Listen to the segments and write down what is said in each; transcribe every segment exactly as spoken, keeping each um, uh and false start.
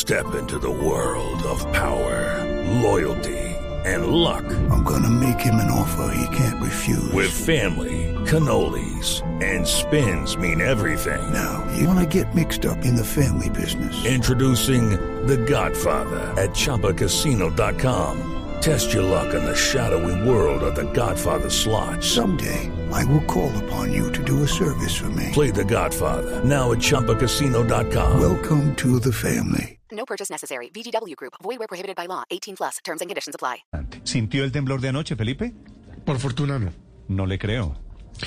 Step into the world of power, loyalty, and luck. I'm gonna make him an offer he can't refuse. With family, cannolis, and spins mean everything. Now, you wanna get mixed up in the family business. Introducing The Godfather at Chumba Casino dot com. Test your luck in the shadowy world of The Godfather slot. Someday, I will call upon you to do a service for me. Play The Godfather, now at Chumba Casino dot com. Welcome to the family. No purchase necessary. V G W Group. Void where prohibited by law. eighteen plus. Terms and conditions apply. ¿Sintió el temblor de anoche, Felipe? Por fortuna no. No le creo.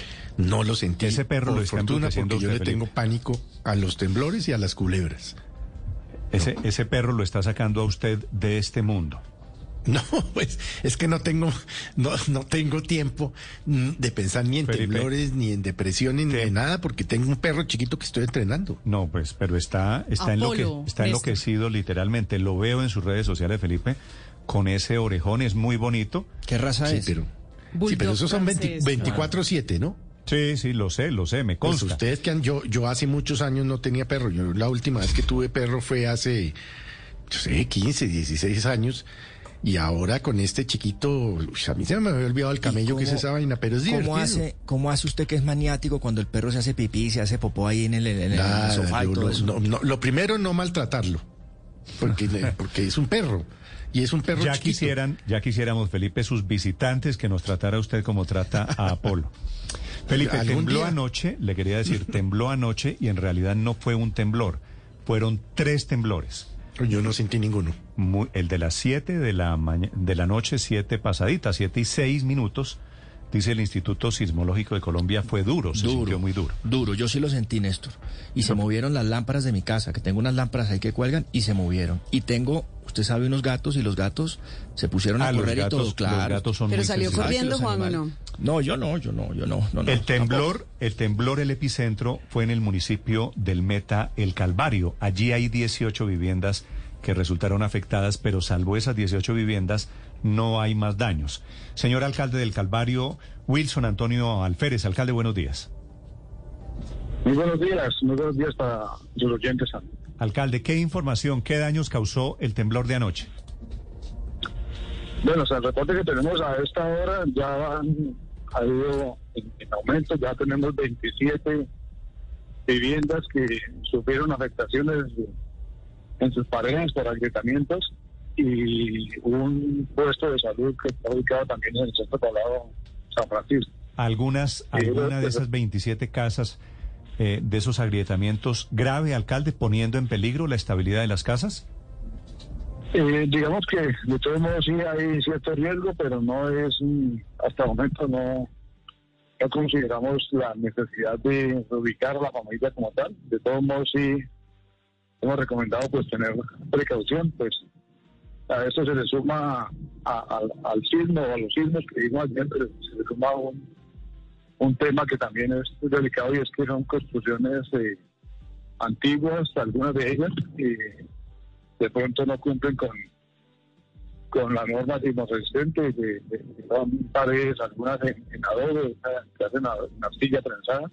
No lo sentí. Ese perro por lo está fortuna embruteciendo porque yo usted, le tengo Felipe. pánico a los temblores y a las culebras. Ese, no. ese perro lo está sacando a usted de este mundo. No, pues es que no tengo no, no tengo tiempo de pensar ni en Felipe, temblores, ni en depresión, ni te... en nada, porque tengo un perro chiquito que estoy entrenando. No, pues, pero está, está, enloque, está enloquecido literalmente. Lo veo en sus redes sociales, Felipe, con ese orejón, es muy bonito. ¿Qué raza sí, es? Pero, sí, pero esos son veinticuatro siete, ¿no? Sí, sí, lo sé, lo sé, me consta. Pues ustedes que han, yo, yo hace muchos años no tenía perro. Yo la última vez que tuve perro fue hace, yo sé, quince, dieciséis años. Y ahora con este chiquito, uy, a mí se me había olvidado el camello cómo, que es esa vaina, pero es ¿cómo divertido. hace, ¿Cómo hace usted que es maniático cuando el perro se hace pipí, se hace popó ahí en el, en el, Nada, en el sofá y todo lo, eso? No, no, lo primero, no maltratarlo, porque, porque es un perro, y es un perro ya chiquito. Quisieran, ya quisiéramos, Felipe, sus visitantes que nos tratara usted como trata a Apolo. Felipe, tembló día? anoche, le quería decir, tembló anoche y en realidad no fue un temblor, fueron tres temblores. Yo no sentí ninguno. Muy, el de las siete de la mañana, de la noche, siete pasaditas, siete y seis minutos, dice el Instituto Sismológico de Colombia, fue duro, se duro, sintió muy duro. Duro, yo sí lo sentí, Néstor. Y no. se movieron las lámparas de mi casa, que tengo unas lámparas ahí que cuelgan, y se movieron. Y tengo, usted sabe, unos gatos, y los gatos se pusieron a ah, correr gatos, y todo, claro. Los gatos son Pero muy salió sensibles. corriendo, Juan, ¿o no? No, yo no, yo no, yo no. no el no, temblor, tampoco. el temblor, el epicentro fue en el municipio del Meta, El Calvario. Allí hay dieciocho viviendas que resultaron afectadas, pero salvo esas dieciocho viviendas, no hay más daños. Señor alcalde del Calvario, Wilson Antonio Alférez. Alcalde, buenos días. Muy buenos días, muy buenos días para los oyentes. Alcalde, ¿qué información, qué daños causó el temblor de anoche? Bueno, o sea, el reporte que tenemos a esta hora ya han, ha ido en, en aumento, ya tenemos veintisiete viviendas que sufrieron afectaciones en sus paredes por agrietamientos y un puesto de salud que está ubicado también en el centro poblado San Francisco. ¿Algunas, alguna de esas veintisiete casas, eh, de esos agrietamientos, grave, alcalde, poniendo en peligro la estabilidad de las casas? Eh, digamos que de todos modos sí hay cierto riesgo, pero no es, hasta el momento no, no consideramos la necesidad de ubicar a la familia como tal. De todos modos sí hemos recomendado pues tener precaución, pues a eso se le suma a, a, al sismo o a los sismos que vimos ayer, pero se le suma un, un tema que también es delicado y es que son construcciones eh, antiguas, algunas de ellas, y de pronto no cumplen con con la norma sismoresistente, de, de, de, son paredes, algunas en, en adobe, que hacen una arcilla prensada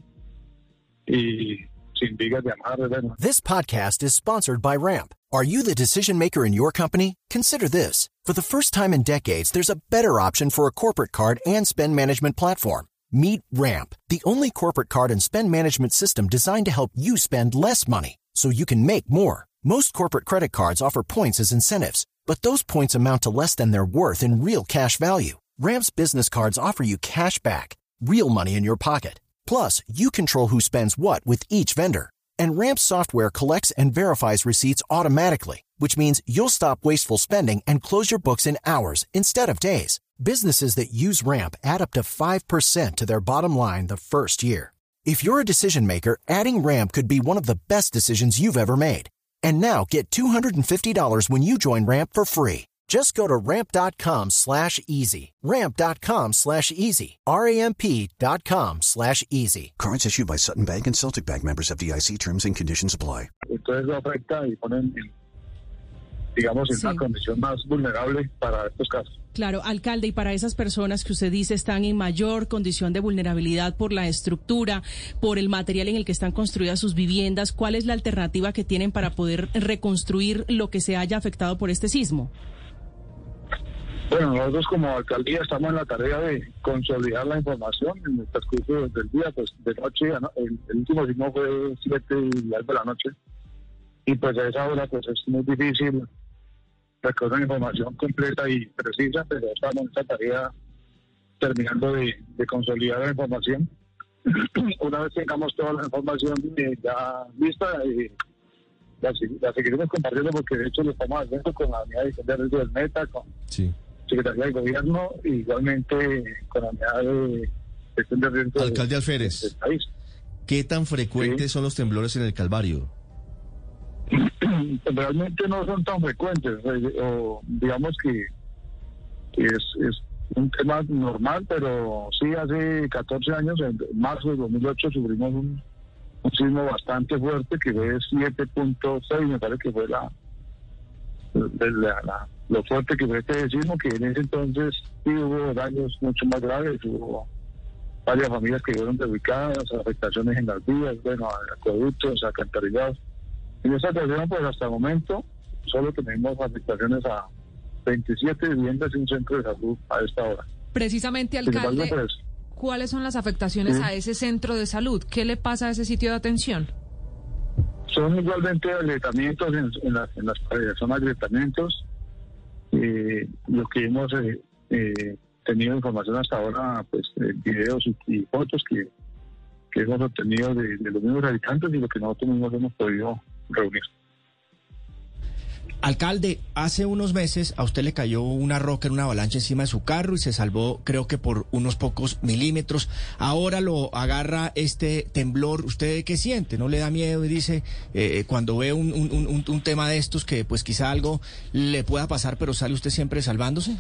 y sin vigas de amarre. Bueno. This podcast is sponsored by Ramp. Are you the decision maker in your company? Consider this. For the first time in decades, there's a better option for a corporate card and spend management platform. Meet Ramp, the only corporate card and spend management system designed to help you spend less money so you can make more. Most corporate credit cards offer points as incentives, but those points amount to less than their worth in real cash value. Ramp's business cards offer you cash back, real money in your pocket. Plus, you control who spends what with each vendor. And Ramp's software collects and verifies receipts automatically, which means you'll stop wasteful spending and close your books in hours instead of days. Businesses that use Ramp add up to five percent to their bottom line the first year. If you're a decision maker, adding Ramp could be one of the best decisions you've ever made. And now get two hundred fifty dollars when you join Ramp for free. Just go to ramp.com slash easy. Ramp.com slash easy. R-A-M-P.com slash easy. Cards issued by Sutton Bank and Celtic Bank, members of F D I C. Terms and conditions apply. Entonces lo afecta y ponen en, digamos, en Sí. una condición más vulnerable para estos casos. Claro, alcalde, y para esas personas que usted dice están en mayor condición de vulnerabilidad por la estructura, por el material en el que están construidas sus viviendas, ¿cuál es la alternativa que tienen para poder reconstruir lo que se haya afectado por este sismo? Bueno, nosotros como alcaldía estamos en la tarea de consolidar la información en el transcurso del día, pues de noche, a no- el, el último sismo fue siete y algo de la noche, y pues a esa hora pues es muy difícil recoger información completa y precisa, pero estamos en esta tarea terminando de, de consolidar la información. Una vez tengamos toda la información eh, ya lista, eh, la, se- la seguiremos compartiendo porque de hecho lo estamos haciendo con la unidad de gestión de riesgo del Meta, con Sí. Secretaría de Gobierno y igualmente con la unidad de gestión de riesgo del- Alcalde Alférez, del país. ¿qué tan frecuentes Sí. son los temblores en el Calvario? Realmente no son tan frecuentes, eh, o digamos que, que es, es un tema normal, pero sí hace catorce años, en marzo de dos mil ocho, sufrimos un, un sismo bastante fuerte que fue siete punto seis, me parece que fue la, la, la- la- lo fuerte que fue este sismo, que en ese entonces sí hubo daños mucho más graves, hubo varias familias que fueron reubicadas, afectaciones en las vías, bueno, acueductos, alcantarillados. En esta ocasión, pues hasta el momento, solo tenemos afectaciones a veintisiete viviendas y un centro de salud a esta hora. Precisamente, Sin embargo, alcalde, pues, ¿cuáles son las afectaciones Sí. a ese centro de salud? ¿Qué le pasa a ese sitio de atención? son igualmente agrietamientos en, en las, en las paredes, son agrietamientos. Eh, lo que hemos eh, eh, tenido información hasta ahora, pues eh, videos y, y fotos que, que hemos obtenido de, de los mismos habitantes y lo que nosotros mismos hemos podido reunir. Alcalde, hace unos meses a usted le cayó una roca en una avalancha encima de su carro y se salvó, creo que por unos pocos milímetros. Ahora lo agarra este temblor. ¿Usted qué siente? ¿No le da miedo? Y dice, eh, cuando ve un, un, un, un tema de estos que pues quizá algo le pueda pasar, pero sale usted siempre salvándose.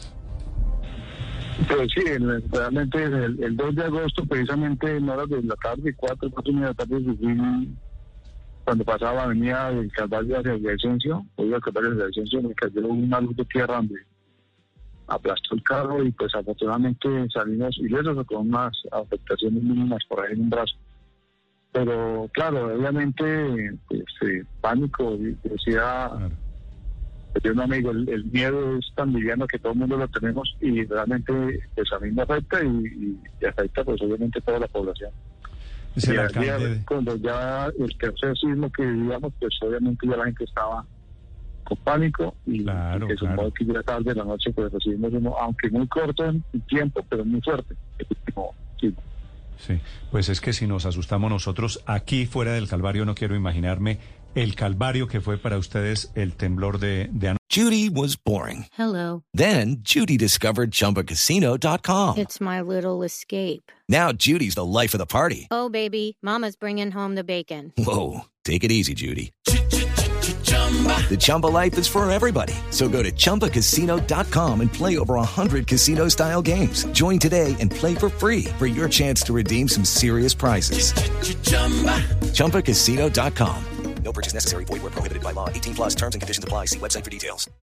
Pues sí, el- realmente el, el dos de agosto, precisamente en horas de la tarde, cuatro, cuatro y media de la tarde, sufrí, cuando pasaba, venía del Calvario hacia Villavicencio, o iba al Calvario hacia Villavicencio, me cayó una luz de tierra donde aplastó el carro y pues afortunadamente salimos ilesos con unas afectaciones mínimas por ahí en un brazo. Pero claro, obviamente, pues eh, pánico, y decía, Claro. decía un amigo, el, el miedo es tan liviano que todo el mundo lo tenemos y realmente pues a mí me afecta y, y, y afecta pues obviamente toda la población. Es Y el al día, alcalde. cuando ya el tercer sismo que vivíamos, pues obviamente ya la gente estaba con pánico y, Claro, y que claro. supongo que ya tarde de la noche pues recibimos uno, aunque muy corto en tiempo, pero muy fuerte, el último sismo. Sí, pues es que si nos asustamos nosotros aquí fuera del Calvario, no quiero imaginarme el Calvario que fue para ustedes el temblor de, de anoche. Judy was boring. Hello. Then Judy discovered Chumba Casino dot com. It's my little escape. Now Judy's the life of the party. Oh, baby, mama's bringing home the bacon. Whoa, take it easy, Judy. The Chumba life is for everybody. So go to Chumba Casino dot com and play over one hundred casino-style games. Join today and play for free for your chance to redeem some serious prizes. Chumba Casino dot com. No purchase necessary. Void where prohibited by law. eighteen plus terms and conditions apply. See website for details.